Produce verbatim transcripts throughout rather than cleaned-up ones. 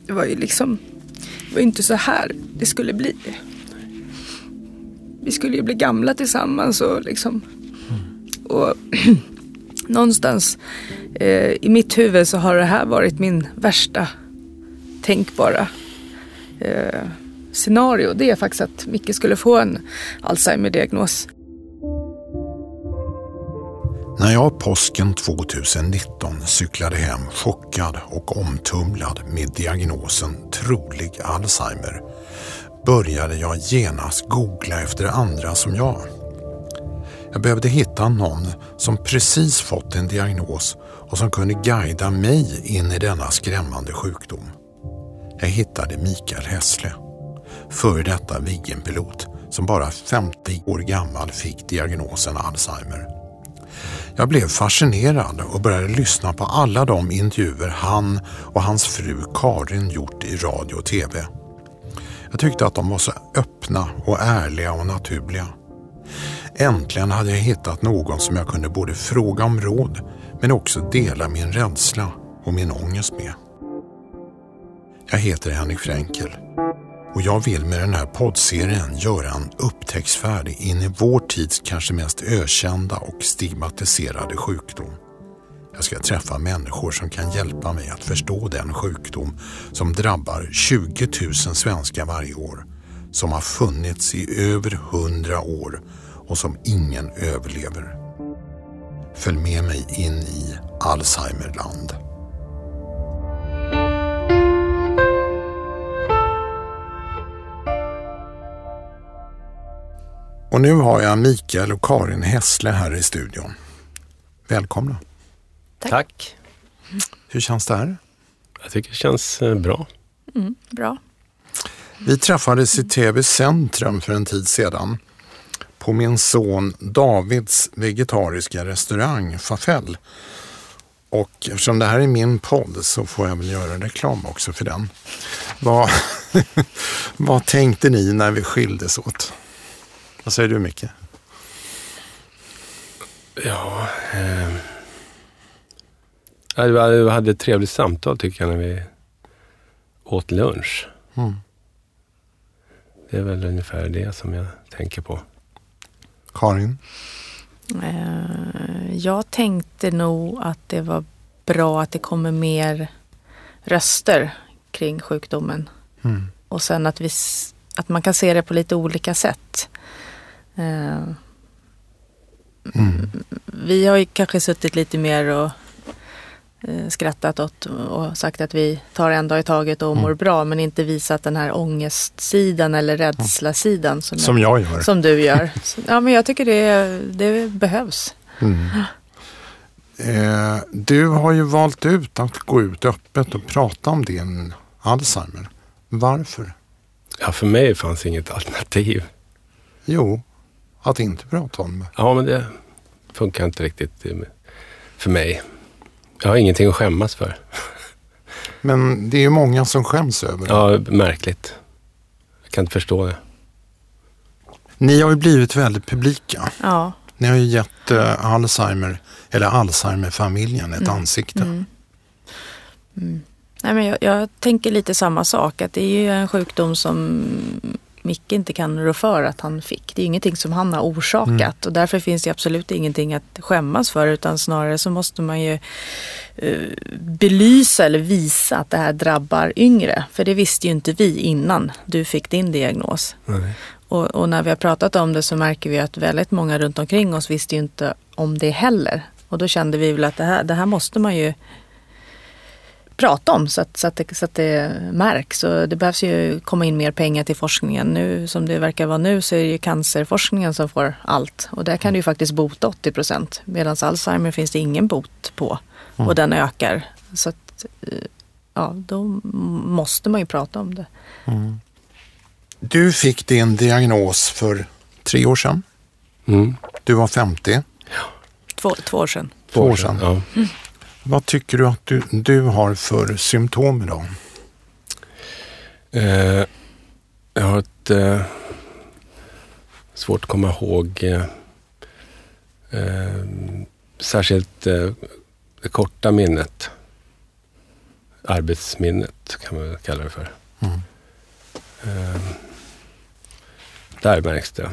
det var ju liksom, det var inte så här det skulle bli. Vi skulle ju bli gamla tillsammans och liksom, och någonstans eh, i mitt huvud så har det här varit min värsta tänkbara eh, scenario. Det är faktiskt att Micke skulle få en Alzheimer-diagnos. När jag påsken tjugonitton cyklade hem chockad och omtumlad med diagnosen trolig Alzheimer började jag genast googla efter andra som jag. Jag behövde hitta någon som precis fått en diagnos och som kunde guida mig in i denna skrämmande sjukdom. Jag hittade Mikael Hässle, före detta Viggenpilot som bara femtio år gammal fick diagnosen Alzheimer. Jag blev fascinerad och började lyssna på alla de intervjuer han och hans fru Karin gjort i radio och tv. Jag tyckte att de var så öppna och ärliga och naturliga. Äntligen hade jag hittat någon som jag kunde både fråga om råd men också dela min rädsla och min ångest med. Jag heter Henrik Fränkel och jag vill med den här poddserien göra en upptäcktsfärd in i vår tids kanske mest ökända och stigmatiserade sjukdom. Jag ska träffa människor som kan hjälpa mig att förstå den sjukdom som drabbar tjugo tusen svenskar varje år, som har funnits i över hundra år och som ingen överlever. Följ med mig in i Alzheimerland. Och nu har jag Mikael och Karin Hässle här i studion. Välkomna. Tack. Tack. Hur känns det här? Jag tycker det känns bra. Mm, bra. Vi träffades i T V Centrum för en tid sedan på min son Davids vegetariska restaurang Fafell. Och eftersom det här är min podd så får jag väl göra reklam också för den. Vad, vad tänkte ni när vi skildes åt? Vad säger du, Micke? Ja, eh, vi hade ett trevligt samtal tycker jag när vi åt lunch. Mm. Det är väl ungefär det som jag tänker på. Karin? Eh, jag tänkte nog att det var bra att det kommer mer röster kring sjukdomen. Mm. Och sen att, vi, att man kan se det på lite olika sätt. Eh, mm. Vi har ju kanske suttit lite mer och eh, skrattat åt och sagt att vi tar en dag i taget och mår mm. bra, men inte visat den här ångestsidan eller rädslasidan som, som jag gör. Som du gör. Ja, men jag tycker det, det behövs. Mm. Eh, du har ju valt ut att gå ut öppet och prata om din Alzheimer. Varför? Ja, för mig fanns inget alternativ. Jo, att inte prata om det. Ja, men det funkar inte riktigt för mig. Jag har ingenting att skämmas för. Men det är ju många som skäms över det. Ja, märkligt. Jag kan inte förstå det. Ni har ju blivit väldigt publika. Ja. Ni har ju gett uh, Alzheimer, eller Alzheimer-familjen ett mm. ansikte. Mm. Mm. Nej, men jag, jag tänker lite samma sak. Att det är ju en sjukdom som Micke inte kan rå för att han fick. Det är ingenting som han har orsakat. Mm. Och därför finns det absolut ingenting att skämmas för. Utan snarare så måste man ju uh, belysa eller visa att det här drabbar yngre. För det visste ju inte vi innan du fick din diagnos. Nej. Och, och när vi har pratat om det så märker vi att väldigt många runt omkring oss visste ju inte om det heller. Och då kände vi väl att det här, det här måste man ju prata om så att, så, att det, så att det märks. Och det behövs ju komma in mer pengar till forskningen. Nu som det verkar vara nu så är det ju cancerforskningen som får allt. Och där kan du ju faktiskt bota åttio procent. Medan Alzheimer finns det ingen bot på. Mm. Och den ökar. Så att, ja, då måste man ju prata om det. Mm. Du fick din diagnos för tre år sedan. Mm. Du var femtio. Ja. Två, två år sedan. Två år sedan. Ja. Mm. Vad tycker du att du, du har för symptom idag? Eh, jag har ett eh, svårt att komma ihåg eh, eh, särskilt eh, det korta minnet. arbetsminnet kan man kalla det för. Mm. Eh, där märks det.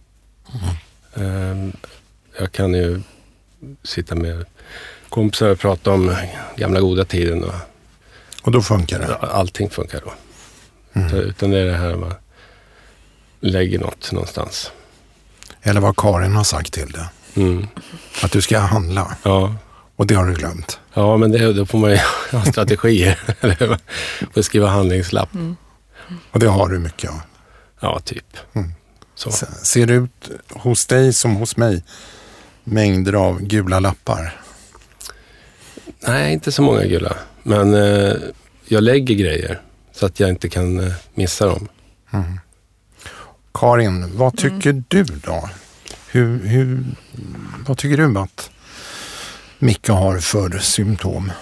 Mm. Eh, jag kan ju sitta med kompisar och prata om gamla goda tiden. Och, och då funkar det? Allting funkar då. Mm. Så, utan det är det här man lägger något någonstans. Eller vad Karin har sagt till det. Mm. Att du ska handla. Ja. Och det har du glömt. Ja, men det, då får man ju ha strategier. Eller får skriva handlingslapp. Mm. Och det har du mycket av. Ja, typ. Mm. Så. Ser det ut hos dig som hos mig mängder av gula lappar? Nej, inte så många gula. Men eh, jag lägger grejer så att jag inte kan eh, missa dem. Mm. Karin, vad tycker mm. du då? Hur, hur, vad tycker du att Micke har för symptom?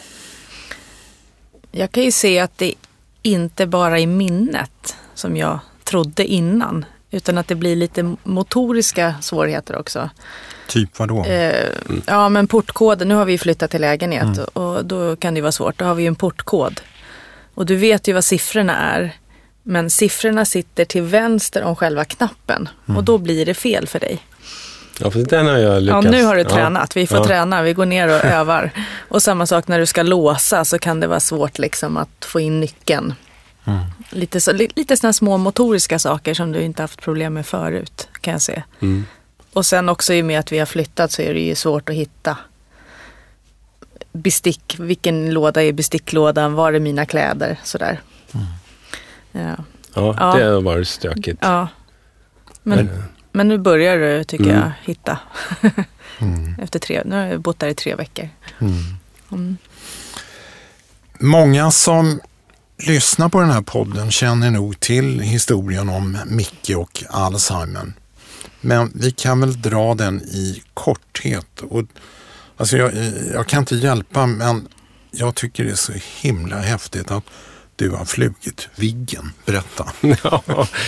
Jag kan ju se att det inte bara är minnet som jag trodde innan, utan att det blir lite motoriska svårigheter också. Typ vad då? Eh, mm. Ja, men portkoden, nu har vi flyttat till lägenhet mm. och då kan det vara svårt. Då har vi ju en portkod. Och du vet ju vad siffrorna är, men siffrorna sitter till vänster om själva knappen mm. och då blir det fel för dig. Ja, för den har jag lyckats. Ja, nu har du ja. tränat. Vi får ja. träna, vi går ner och övar. Och samma sak när du ska låsa så kan det vara svårt liksom att få in nyckeln. Mm. Lite, så, lite sådana små motoriska saker som du inte haft problem med förut, kan jag se. Mm. Och sen också i och med att vi har flyttat så är det ju svårt att hitta bestick. Vilken låda är besticklådan? Var är mina kläder? Sådär. Mm. Ja. Ja, ja, det har varit stökigt. Ja. Men, men, men nu börjar du, tycker mm. jag, hitta. mm. Efter tre, nu har jag bott där i tre veckor. Mm. Mm. Många som lyssnar på den här podden känner nog till historien om Micke och Alzheimer. Men vi kan väl dra den i korthet. Och, alltså jag, jag kan inte hjälpa, men jag tycker det är så himla häftigt att du har flugit Viggen. Berätta. Ja.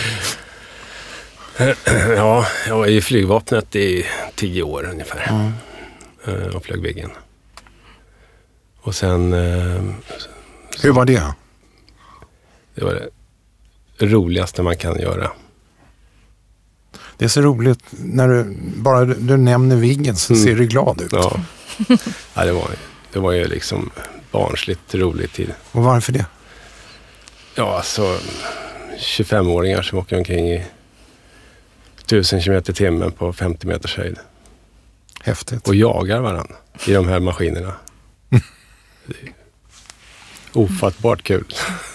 ja, jag var i flygvapnet i tio år ungefär. Mm. Och flög Viggen. Och sen... Hur var det? Det var det roligaste man kan göra. Det är så roligt när du bara du nämner Viggen så mm. ser du glad ut. Ja, ja det, var, det var ju liksom barnsligt roligt tid. Och varför det? Ja, alltså tjugofemåringar som åker omkring i tusen kilometer i timmen på femtio meters höjd. Häftigt. Och jagar varandra i de här maskinerna. Det är ofattbart kul.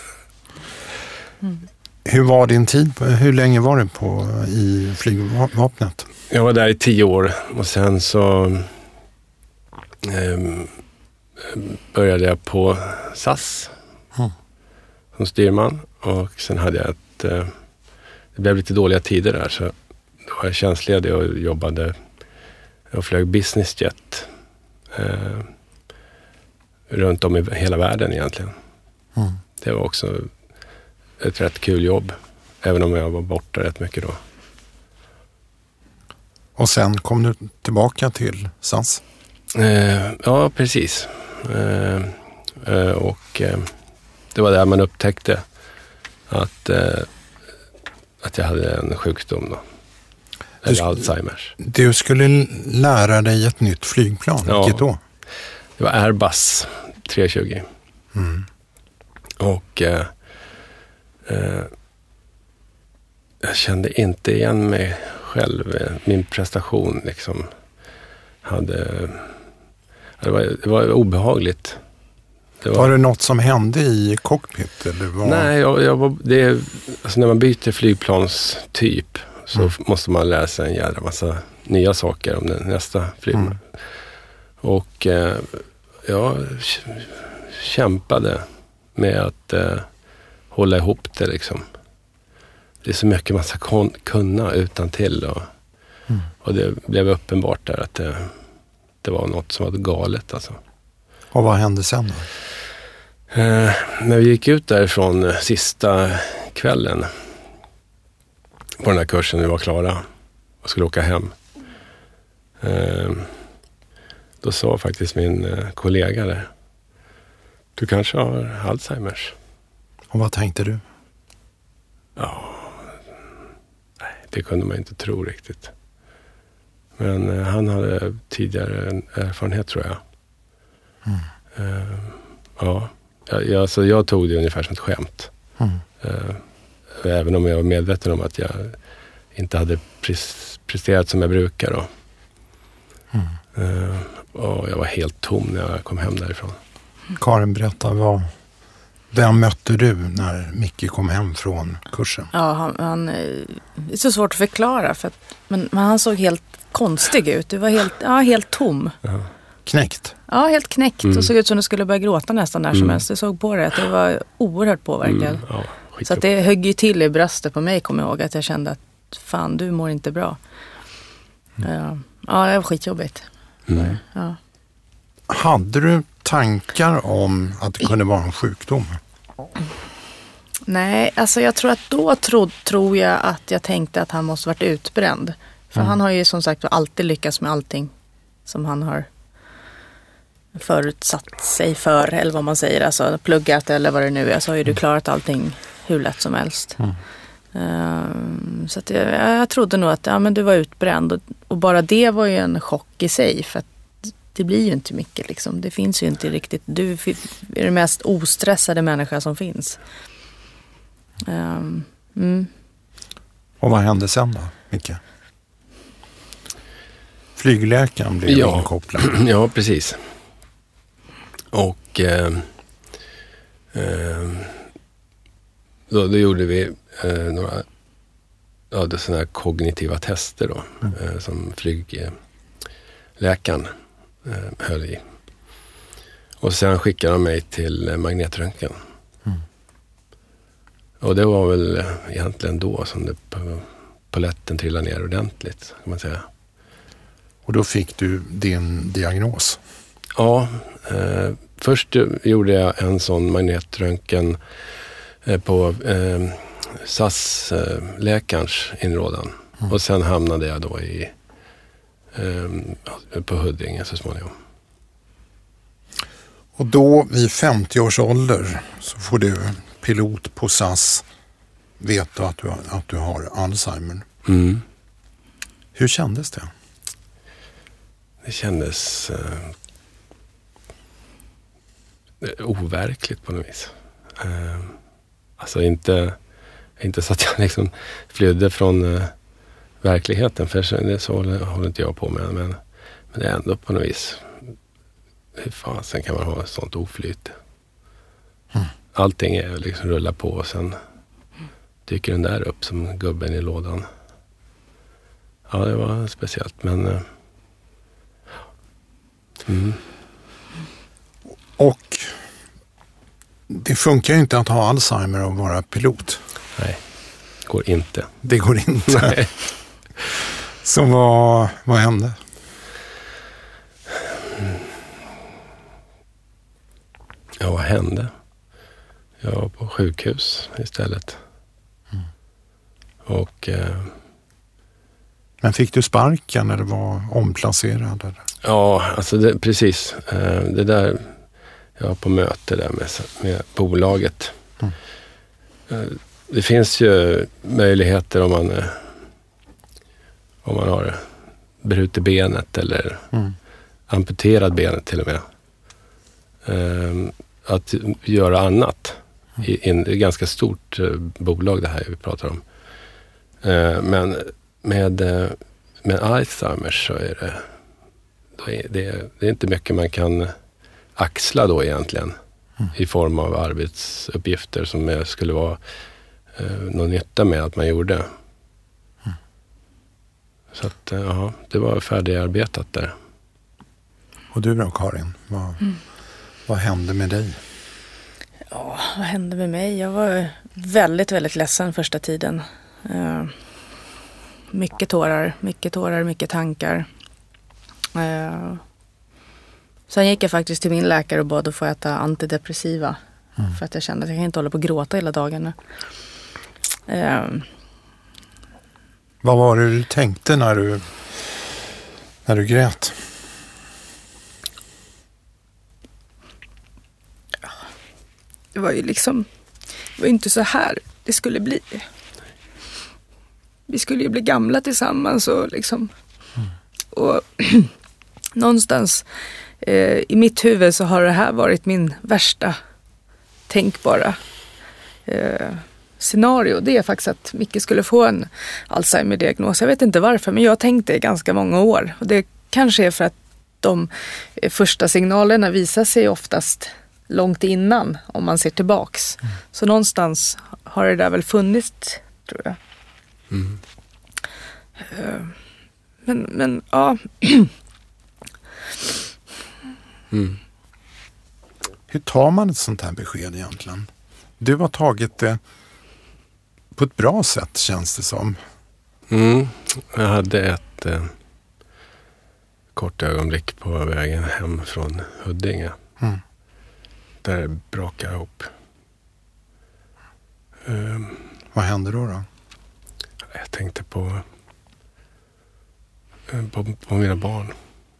Mm. Hur var din tid? Hur länge var du på i flygvapnet? Jag var där i tio år och sen så eh, började jag på S A S mm. som styrman och sen hade jag ett eh, det blev lite dåliga tider där så då var jag tjänstledig och jobbade och flög business jet eh, runt om i hela världen egentligen. Mm. Det var också ett rätt kul jobb. Även om jag var borta rätt mycket då. Och sen kom du tillbaka till S A S? Eh, ja, precis. Eh, eh, och eh, det var där man upptäckte att, eh, att jag hade en sjukdom då. Eller du, Alzheimers. Du skulle lära dig ett nytt flygplan. Ja, vilket då? Det var Airbus tre tjugo. Mm. Och eh, eh, jag kände inte igen mig själv. Min prestation liksom hade... Det var, det var obehagligt. Det var, var det något som hände i cockpit? Eller var... Nej, jag, jag var, det, alltså när man byter flygplanstyp så mm. måste man lära sig en jävla massa nya saker om den nästa flygplan. Mm. Och eh, jag kämpade med att eh, hålla ihop det liksom. Det är så mycket man ska kon- kunna utan till och, mm. och det blev uppenbart där att det, det var något som var galet alltså. Och vad hände sen då? Eh, när vi gick ut därifrån sista kvällen på den här kursen, vi var klara och skulle åka hem. Eh, då sa faktiskt min eh, kollega där Du kanske har Alzheimers. Och vad tänkte du? Ja, nej, det kunde man inte tro riktigt. Men eh, han hade tidigare en erfarenhet, tror jag. Mm. Eh, ja, jag, alltså jag tog det ungefär som ett skämt. Mm. Eh, även om jag var medveten om att jag inte hade pres- presterat som jag brukar då. Mm. Eh, och jag var helt tom när jag kom hem därifrån. Karin, berätta, vad, vem mötte du när Micke kom hem från kursen? Ja, han, han det är så svårt att förklara. För att, men, men han såg helt konstig ut. Det var helt, ja, helt tom. Ja. Knäckt? Ja, helt knäckt. Mm. Och såg ut som det skulle börja gråta nästan när som Mm. helst. Jag såg på det att det var oerhört påverkad. Mm, ja, så att det högg ju till i bröstet på mig, kommer jag ihåg. Att jag kände att fan, du mår inte bra. Mm. Ja, ja, det var skitjobbigt. Mm. Ja. Hade du tankar om att det kunde vara en sjukdom? Nej, alltså jag tror att då tro, tror jag att jag tänkte att han måste varit utbränd. För Mm. han har ju som sagt alltid lyckats med allting som han har förutsatt sig för, eller vad man säger, alltså pluggat eller vad det nu är, så har ju du klarat allting hur lätt som helst. Mm. Um, så att jag, jag trodde nog att ja, men du var utbränd och, och bara det var ju en chock i sig, för att det blir ju inte mycket liksom. Det finns ju inte riktigt, du är den mest ostressade människa som finns. Um, mm. Och vad hände sen då, Micke? Flygläkaren blev Ja. inkopplad. Ja, precis. Och eh, eh, då, då gjorde vi eh, några ja, det såna här kognitiva tester då, Mm. eh, som flygläkaren eh, höll i. Och sen skickade de mig till eh, magnetröntgen. Mm. Och det var väl eh, egentligen då som det på, poletten trillade ner ordentligt, kan man säga. Och då fick du din diagnos. Ja, eh, först gjorde jag en sån magnetröntgen eh, på eh, S A S-läkarens inrådan. Mm. Och sen hamnade jag då i eh, på Huddinge så småningom. Och då vid femtio års ålder så får du pilot på S A S veta att du, har- att du har Alzheimer. Mm. Hur kändes det? Det kändes eh, overkligt på något vis. Eh, alltså inte, inte så att jag liksom flydde från eh, verkligheten, för så, det så håller, håller inte jag på med. Men, men det är ändå på något vis, hur fan sen kan man ha ett sånt oflyt? Mm. Allting är liksom rulla på och sen dyker den där upp som gubben i lådan. Ja, det var speciellt, men eh, mm. Och det funkar ju inte att ha Alzheimer och vara pilot. Nej, går inte. Det går inte. Nej. Så vad, vad hände? Ja, vad hände? Jag var på sjukhus istället. Mm. Och eh, Men fick du sparken eller var omplacerad? Eller? ja, alltså det, precis. Eh, det där, jag var på möte där med, med bolaget. Mm. Eh, det finns ju möjligheter om man, eh, om man har brutit benet eller Mm. amputerad benet till och med. Eh, att göra annat. I, in, det är ett ganska stort eh, bolag det här vi pratar om. Eh, men med, eh, med Alzheimer så är det, då är det, det är inte mycket man kan axla då egentligen. Mm. I form av arbetsuppgifter som är, skulle vara eh, någon nytta med att man gjorde. Mm. Så att, eh, ja, det var färdigarbetat där. Och du då, Karin? Vad, Mm. vad hände med dig? Ja, vad hände med mig? Jag var väldigt, väldigt ledsen första tiden. Uh, mycket tårar, mycket tårar, mycket tankar. Uh, sen gick jag faktiskt till min läkare och bad att få äta antidepressiva. Mm. För att jag kände att jag kan inte hålla på och gråta hela dagarna. Uh, Vad var det du tänkte när du, när du grät? det var ju liksom, det var inte så här det skulle bli. Vi skulle ju bli gamla tillsammans och liksom, mm. och någonstans eh, i mitt huvud så har det här varit min värsta tänkbara eh, scenario. Det är faktiskt att Micke skulle få en Alzheimer-diagnos. Jag vet inte varför, men jag har tänkt det i ganska många år. Och det kanske är för att de första signalerna visar sig oftast långt innan om man ser tillbaks. Mm. Så någonstans har det där väl funnits, tror jag. Mm. Men, men ja. mm. Hur tar man ett sånt här besked egentligen? Du har tagit det på ett bra sätt, känns det som. Mm. Jag hade ett eh, kort ögonblick på vägen hem från Huddinge. Mm. Där det brakade ihop. Um, Vad hände då då? Jag tänkte på, på, på mina barn.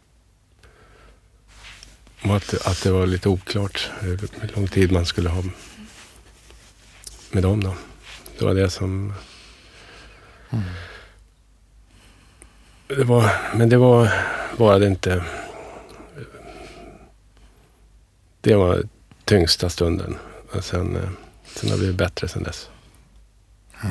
Och att, att det var lite oklart hur lång tid man skulle ha med dem då. Det var det som... Mm. Det var, men det var, var det inte... Det var tyngsta stunden. Och sen, sen har det blivit bättre sen dess. Mm.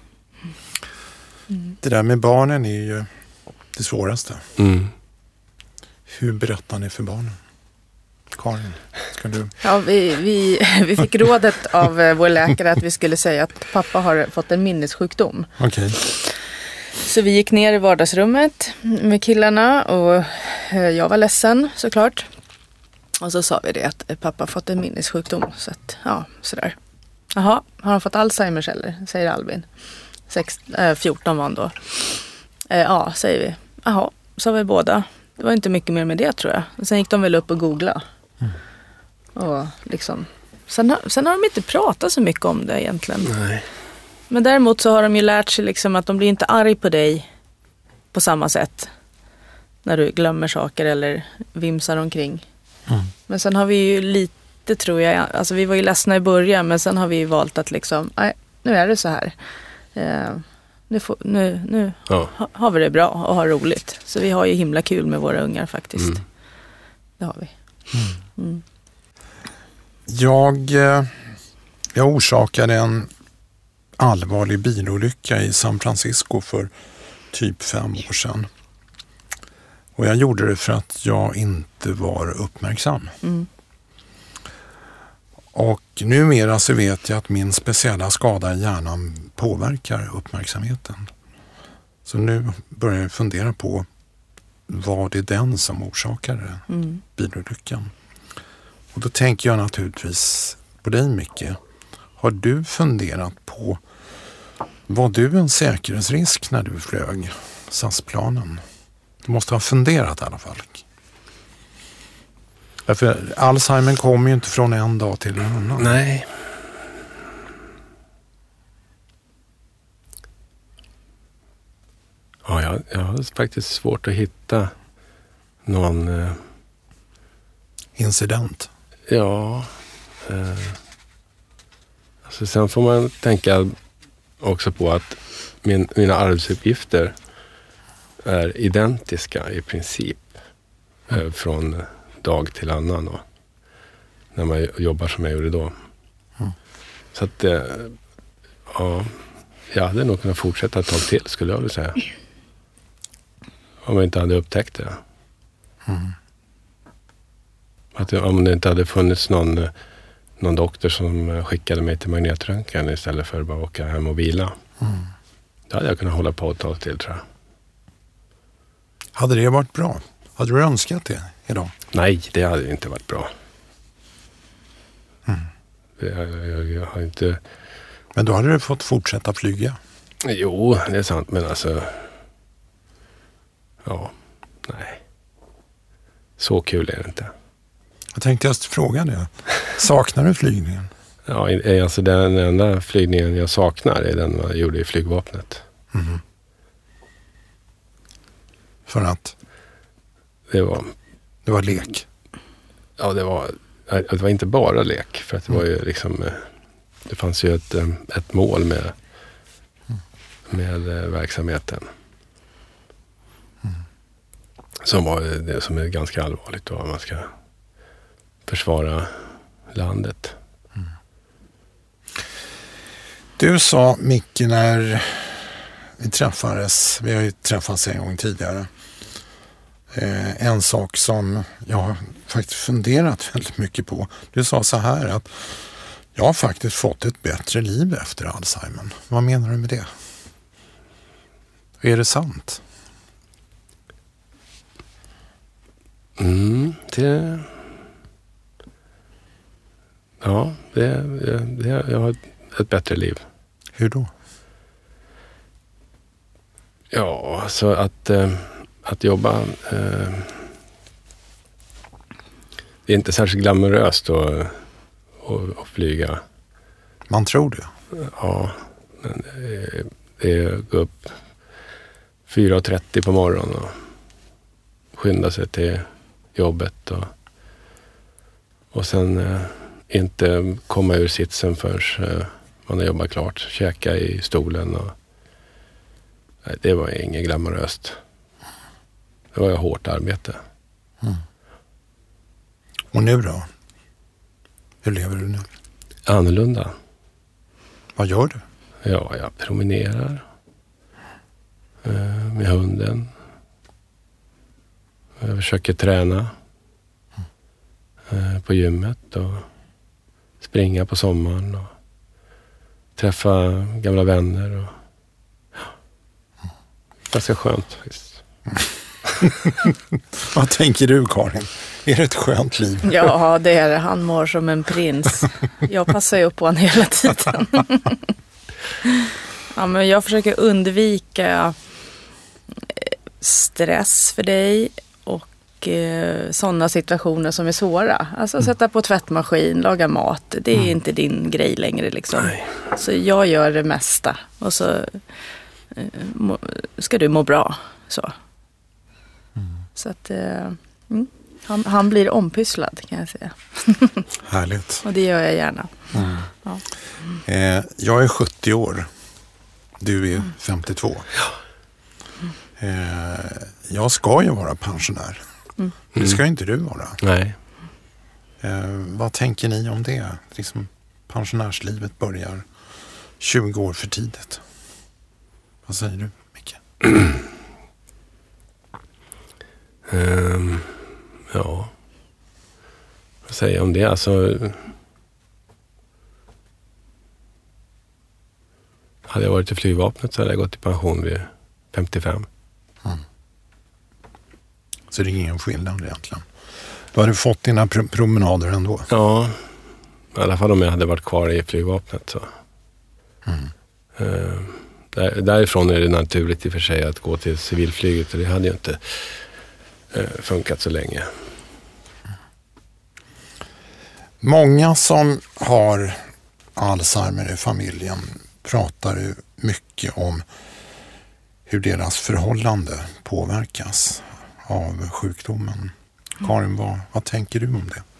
Mm. Det där med barnen är ju det svåraste. Mm. Hur berättar ni för barnen? Karin, ska du? Ja, vi, vi, vi fick rådet av vår läkare att vi skulle säga att pappa har fått en minnessjukdom. Okej. Okay. Så vi gick ner i vardagsrummet med killarna och jag var ledsen såklart. Och så sa vi det att pappa har fått en minnessjukdom. Så att, ja, sådär. Jaha, har han fått Alzheimers eller? Säger Albin. Sex, äh, fjorton var han då. Eh, ja, säger vi. Jaha, sa vi båda. Det var inte mycket mer med det, tror jag. Och sen gick de väl upp och googla. Mm. Och liksom... Sen har, sen har de inte pratat så mycket om det egentligen. Nej. Men däremot så har de ju lärt sig liksom att de blir inte arg på dig på samma sätt. När du glömmer saker eller vimsar omkring. Mm. Men sen har vi ju lite, tror jag... Alltså vi var ju ledsna i början, men sen har vi ju valt att liksom... Nej, nu är det så här. Eh, nu får, nu, nu ja. ha, har vi det bra och har roligt. Så vi har ju himla kul med våra ungar faktiskt. Mm. Det har vi. Mm. Mm. Jag, jag orsakade en allvarlig bilolycka i San Francisco för typ fem år sedan. Och jag gjorde det för att jag inte var uppmärksam. Mm. Och numera så vet jag att min speciella skada i hjärnan påverkar uppmärksamheten. Så nu börjar jag fundera på vad det är den som orsakade mm. bilolyckan. Och då tänker jag naturligtvis på dig, Micke. Har du funderat på, var du en säkerhetsrisk när du flög S A S-planen? Du måste ha funderat i alla fall. För Alzheimer kommer ju inte från en dag till en annan. Nej. Ja, jag, jag har faktiskt svårt att hitta någon... Eh, incident? Ja. Eh, alltså sen får man tänka också på att min, mina arbetsuppgifter är identiska i princip. Mm. Eh, från dag till annan då. När man jobbar som jag gjorde då. Mm. Så att eh, ja, jag hade nog kunnat fortsätta ett tag till, skulle jag vilja säga. Om jag inte hade upptäckt det. Mm. Att om det inte hade funnits någon, någon doktor som skickade mig till magnetröntgen istället för att bara åka hem och vila. Mm. Då hade jag kunnat hålla på ett tag till, tror jag. Hade det varit bra? Hade du önskat det idag? Nej, det hade inte varit bra. Mm. Jag, jag, jag har inte... Men då hade du fått fortsätta flyga? Jo, det är sant, men alltså... Ja, nej. Så kul är det inte. Jag tänkte just fråga det. Saknar du flygningen? Ja, alltså den enda flygningen jag saknar är den jag gjorde i flygvapnet. Mm. För att? Det var... Det var lek? Ja, det var... det var inte bara lek, för att det var ju liksom, det fanns ju ett, ett mål med, med verksamheten. Mm. Som var det som är ganska allvarligt då, man ska försvara landet. Mm. Du sa, Micke, när vi träffades, vi har ju träffats en gång tidigare, eh, en sak som jag har faktiskt funderat väldigt mycket på. Du sa så här att jag har faktiskt fått ett bättre liv efter Alzheimer. Vad menar du med det? Är det sant? Mm, det... Ja, det, det, jag har ett bättre liv. Hur då? Ja, alltså att, eh, att jobba... Eh, det är inte särskilt glamoröst att, att, att flyga. Man tror det. Ja, men det, det är att gå upp fyra trettio på morgonen och skynda sig till jobbet. Och, och sen eh, inte komma ur sitsen förrän eh, man har jobbat klart. Käka i stolen. Och, nej, det var inget glamoröst. Det var ju hårt arbete. Mm. Och nu då? Hur lever du nu? Annorlunda. Vad gör du? Ja, jag promenerar eh, med hunden. Jag försöker träna eh, på gymmet och springa på sommaren och träffa gamla vänner. Och, ja. Ganska skönt faktiskt. Vad tänker du, Karin? Är det ett skönt liv? Ja, det är det. Han mår som en prins. Jag passar ju upp på honom hela tiden. Ja, men jag försöker undvika stress för dig och eh, sådana situationer som är svåra. Alltså mm. sätta på tvättmaskin, laga mat. Det är mm. inte din grej längre liksom. Nej. Så jag gör det mesta. Och så eh, må, ska du må bra. Så. Mm. Så att eh, mm, han, han blir ompysslad, kan jag säga. Härligt. Och det gör jag gärna. Mm. Ja. Eh, jag är sjuttio år. Du är mm. femtiotvå. Eh, jag ska ju vara pensionär. Mm. Det ska inte du vara. Nej. Eh, vad tänker ni om det? Liksom, pensionärslivet börjar tjugo år för tidigt. Vad säger du, Micke? um, ja. Vad säger jag om det? Alltså... Hade jag varit i flygvapnet så hade jag gått i pension vid femtiofem. Mm. Så det är ingen skillnad egentligen. Då hade du fått dina pr- promenader ändå. Ja, i alla fall om jag hade varit kvar i flygvapnet. Så. Mm. Uh, där, därifrån är det naturligt i och för sig att gå till civilflyget. Och det hade ju inte uh, funkat så länge. Många som har Alzheimer i familjen pratar ju mycket om hur deras förhållande påverkas av sjukdomen. Mm. Karin, vad, vad tänker du om det?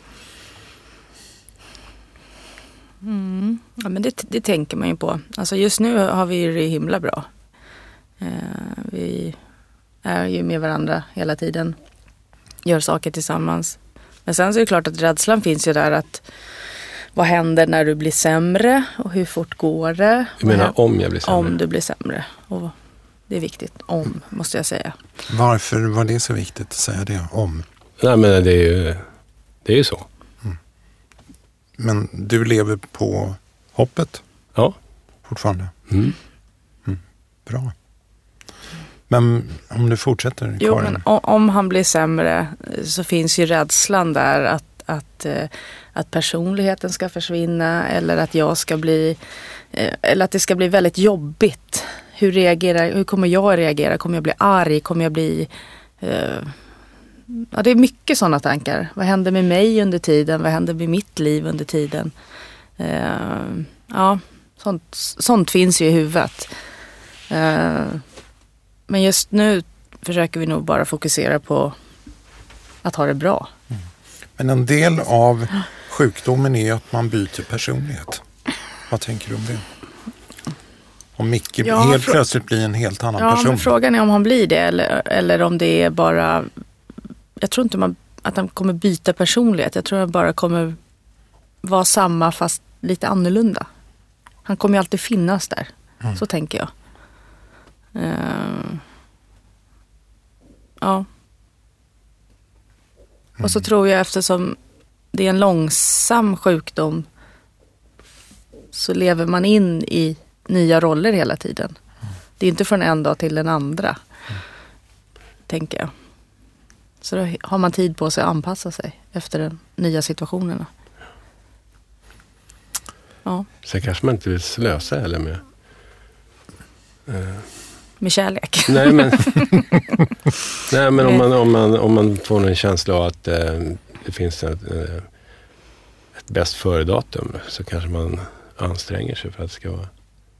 Mm. Ja, men det, det tänker man ju på. Alltså just nu har vi det himla bra. Eh, vi är ju med varandra hela tiden. Gör saker tillsammans. Men sen så är det klart att rädslan finns ju där att vad händer när du blir sämre och hur fort går det? Du menar om jag blir sämre? Om du blir sämre. Och det är viktigt. Om, måste jag säga. Varför var det så viktigt att säga det? Om? Nej, men det är ju, det är ju så. Mm. Men du lever på hoppet? Ja. Fortfarande? Mm. Mm. Bra. Men om du fortsätter, Karin? Jo, men om han blir sämre så finns ju rädslan där att Att, att personligheten ska försvinna eller att jag ska bli eller att det ska bli väldigt jobbigt. Hur reagerar, hur kommer jag reagera? Kommer jag bli arg? Kommer jag bli uh, ja, det är mycket sådana tankar. Vad händer med mig under tiden? Vad händer med mitt liv under tiden? Uh, ja, sånt, sånt finns ju i huvudet. Uh, men just nu försöker vi nog bara fokusera på att ha det bra. Mm. Men en del av sjukdomen är att man byter personlighet. Vad tänker du om det? Om Micke ja, helt frå- plötsligt blir en helt annan ja, person. Men frågan är om han blir det eller, eller om det är bara... Jag tror inte man, att han kommer byta personlighet. Jag tror han bara kommer vara samma fast lite annorlunda. Han kommer ju alltid finnas där. Mm. Så tänker jag. Uh, ja. Mm. Och så tror jag eftersom det är en långsam sjukdom så lever man in i nya roller hela tiden. Mm. Det är inte från en dag till den andra. Mm. Tänker jag. Så då har man tid på sig att anpassa sig efter de nya situationerna. Ja. Sen kanske man inte vill slösa eller med... Uh. Med kärlek. Nej, men, nej, men om, man, om, man, om man får en känsla av att uh, det finns ett, uh, ett bäst före-datum så kanske man anstränger sig för att det ska vara...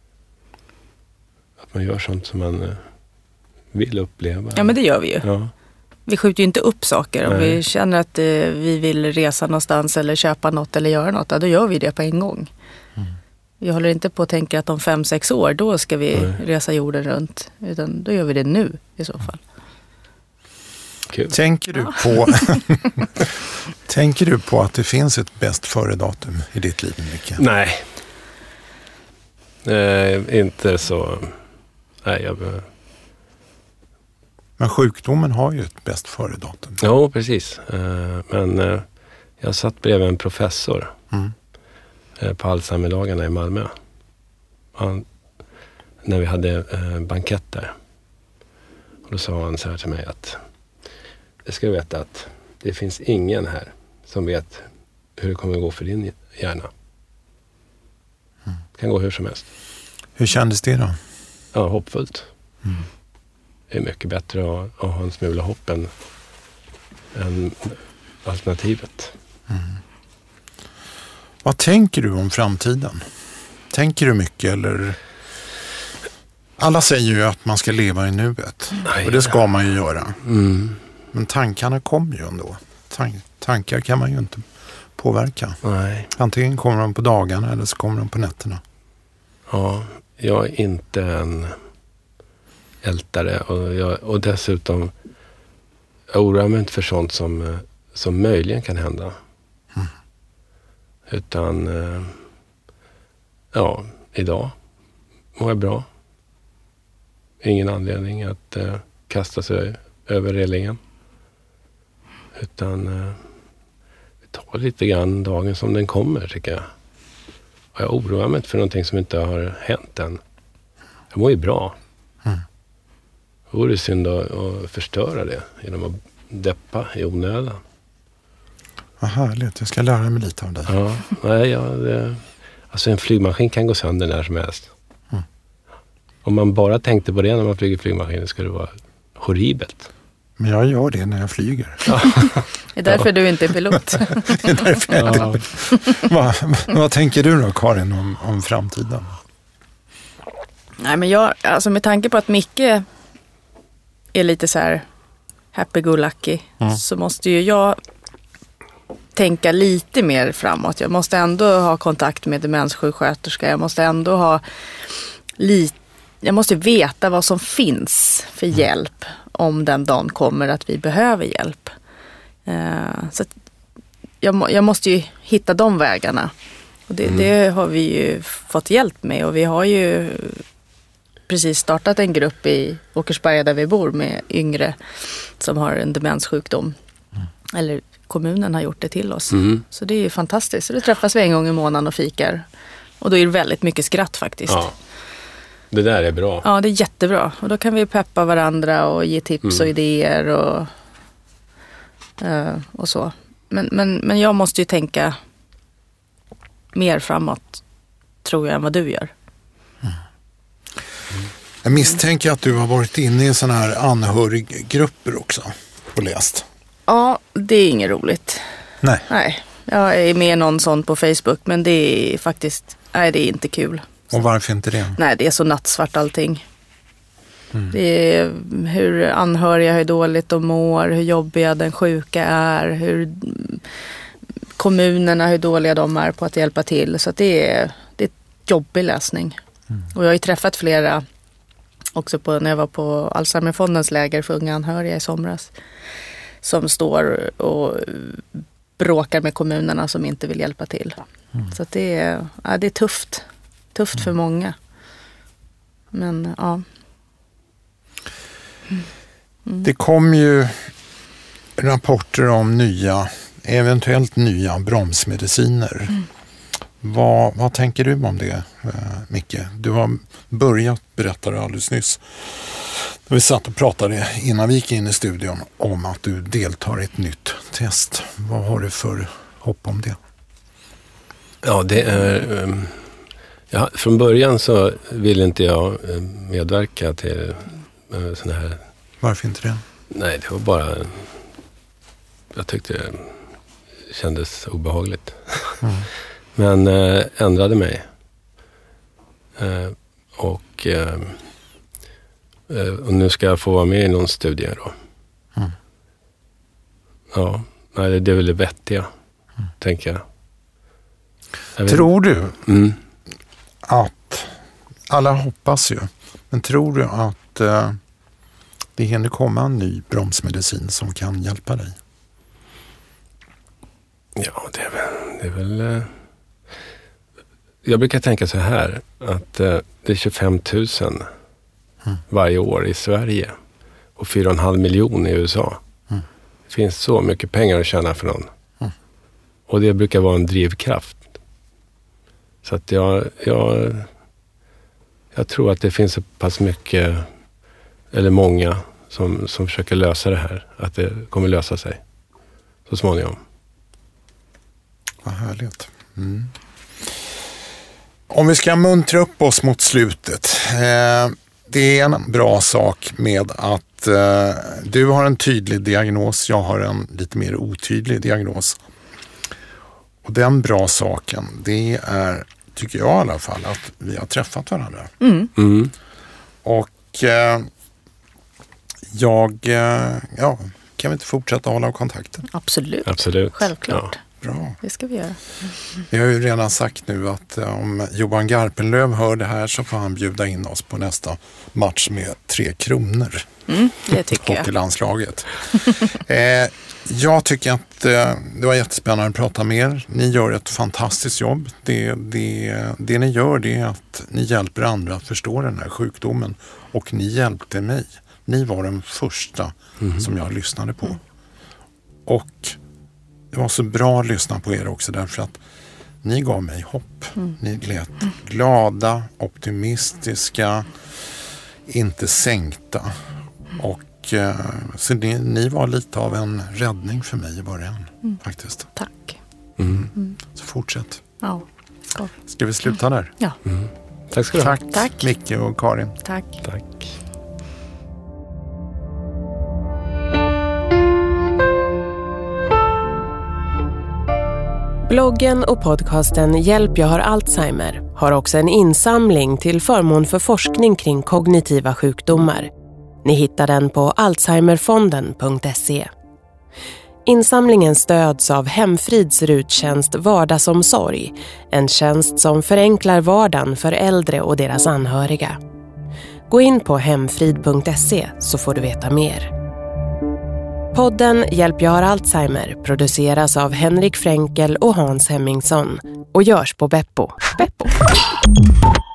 Att man gör sånt som man uh, vill uppleva. Ja, men det gör vi ju. Ja. Vi skjuter ju inte upp saker. Om Nej. vi känner att eh, vi vill resa någonstans eller köpa något eller göra något, då gör vi det på en gång. Mm. Vi håller inte på att tänka att om fem, sex år, då ska vi Nej. resa jorden runt. Utan då gör vi det nu i så fall. Kul. Tänker du på Tänker du på att det finns ett bäst före-datum i ditt liv, Micke? Nej. Nej, inte så. Nej, jag behöver... Men sjukdomen har ju ett bäst före-datum. Ja, precis. Men jag satt bredvid en professor mm. på Alzheimerlagarna i Malmö. Han, när vi hade bankett där. Och då sa han så här till mig att jag ska veta att det finns ingen här som vet hur det kommer att gå för din hjärna. Mm. Det kan gå hur som helst. Hur kändes det då? Ja, hoppfullt. Mm. Det är mycket bättre att, att ha en smula hopp än, än alternativet. Mm. Vad tänker du om framtiden? Tänker du mycket eller... Alla säger ju att man ska leva i nuet. Nej, och det ska man ju göra. Mm. Men tankarna kommer ju ändå. Tan- tankar kan man ju inte påverka. Nej. Antingen kommer de på dagarna eller så kommer de på nätterna. Ja, jag är inte en... ältare och, jag, och dessutom jag oroar mig inte för sånt som, som möjligen kan hända. Mm. Utan ja, idag mår jag bra. Ingen anledning att uh, kasta sig över relingen. Utan uh, vi tar lite grann dagen som den kommer, tycker jag. Och jag oroar mig inte för någonting som inte har hänt än. Jag mår ju bra. Mm. Det vore synd att, att förstöra det genom att deppa i onödan. Vad härligt, jag ska lära mig lite av dig. Ja, nej, ja, det, alltså en flygmaskin kan gå sönder när som helst. Mm. Om man bara tänkte på det när man flyger flygmaskin skulle det vara horribelt. Men jag gör det när jag flyger. Ja. Det är därför ja. du inte är pilot. Det är därför jag ja. vad, vad tänker du då, Karin, om, om framtiden? Nej, men jag, alltså med tanke på att Micke är lite så här happy-go-lucky mm. så måste ju jag tänka lite mer framåt. Jag måste ändå ha kontakt med demenssjuksköterska. Jag måste ändå ha lite, jag måste veta vad som finns för mm. hjälp om den dagen kommer att vi behöver hjälp. Uh, så att jag, må, jag måste ju hitta de vägarna. Och det, mm. det har vi ju fått hjälp med och vi har ju precis startat en grupp i Åkersberga där vi bor med yngre som har en demenssjukdom. Mm. Eller kommunen har gjort det till oss. Mm. Så det är ju fantastiskt. Så då träffas vi en gång i månaden och fikar. Och då är det väldigt mycket skratt faktiskt. Ja. Det där är bra. Ja, det är jättebra. Och då kan vi peppa varandra och ge tips mm. och idéer och, uh, och så. Men, men, men jag måste ju tänka mer framåt, tror jag, än vad du gör. Mm. Jag misstänker att du har varit inne i sådana här anhöriggrupper också och läst. Ja, det är inget roligt. Nej. Nej, jag är med någon sån på Facebook, men det är faktiskt, nej, det är inte kul. Och varför inte det? Nej, det är så nattsvart allting. Mm. Det är hur anhöriga, hur dåligt de mår, hur jobbiga den sjuka är, hur kommunerna, hur dåliga de är på att hjälpa till. Så att det är, det är jobbig läsning. Mm. Och jag har ju träffat flera också på, när jag var på Alzheimerfondens läger för unga anhöriga i somras. Som står och bråkar med kommunerna som inte vill hjälpa till. Mm. Så att det, är, ja, det är tufft. Tufft mm. för många. Men ja. Mm. Mm. Det kom ju rapporter om nya, eventuellt nya bromsmediciner. Mm. Vad, vad tänker du om det, Micke? Du har börjat berätta det alldeles nyss. Vi satt och pratade innan vi gick in i studion om att du deltar i ett nytt test. Vad har du för hopp om det? Ja, det är... Ja, från början så ville inte jag medverka till sådana här... Varför inte det? Nej, det var bara... Jag tyckte det kändes obehagligt. Mm. Men äh, ändrade mig. Äh, och... Äh, Och nu ska jag få vara med i någon studie då. Mm. Ja, nej, det är väl det vettiga, mm. tänker jag. jag tror du mm. att, alla hoppas ju, men tror du att eh, det hinner komma en ny bromsmedicin som kan hjälpa dig? Ja, det är väl... Det är väl eh, jag brukar tänka så här, att eh, det är tjugofem tusen Mm. varje år i Sverige och fyra och en halv miljon i U S A. Mm. Det finns så mycket pengar att tjäna för någon. Mm. Och det brukar vara en drivkraft. Så att jag, jag, jag tror att det finns så pass mycket, eller många, som, som försöker lösa det här. Att det kommer lösa sig så småningom. Vad härligt. Mm. Om vi ska muntra upp oss mot slutet. Eh, Det är en bra sak med att eh, du har en tydlig diagnos, jag har en lite mer otydlig diagnos. Och den bra saken, det är, tycker jag i alla fall, att vi har träffat varandra. Mm. Mm. Och eh, jag, eh, ja, kan vi inte fortsätta hålla kontakten? Absolut. Absolut. Självklart. Ja. Bra. Det ska vi göra. Vi har ju redan sagt nu att om Johan Garpenlöv hör det här så får han bjuda in oss på nästa match med tre kronor. Mm, det tycker jag. Hockeylandslaget. eh, jag tycker att eh, det var jättespännande att prata med er. Ni gör ett fantastiskt jobb. Det, det, det ni gör, det är att ni hjälper andra att förstå den här sjukdomen. Och ni hjälpte mig. Ni var den första mm. som jag lyssnade på. Mm. Och det var så bra att lyssna på er också, därför att ni gav mig hopp. Mm. Ni lät mm. glada, optimistiska, inte sänkta. Och eh, så ni, ni var lite av en räddning för mig i början, mm. faktiskt. Tack. Mm. Mm. Så fortsätt. Ja, ska. Ska vi sluta där? Ja. Mm. Tack ska du ha. Tack, Tack, Micke och Karin. Tack. Tack. Bloggen och podcasten Hjälp, jag har Alzheimer har också en insamling till förmån för forskning kring kognitiva sjukdomar. Ni hittar den på alzheimerfonden punkt se. Insamlingen stöds av Hemfrids ruttjänst Vardagsomsorg, en tjänst som förenklar vardagen för äldre och deras anhöriga. Gå in på hemfrid punkt se så får du veta mer. Podden Hjälp, jag har Alzheimer produceras av Henrik Fränkel och Hans Hemmingsson och görs på Beppo. Beppo.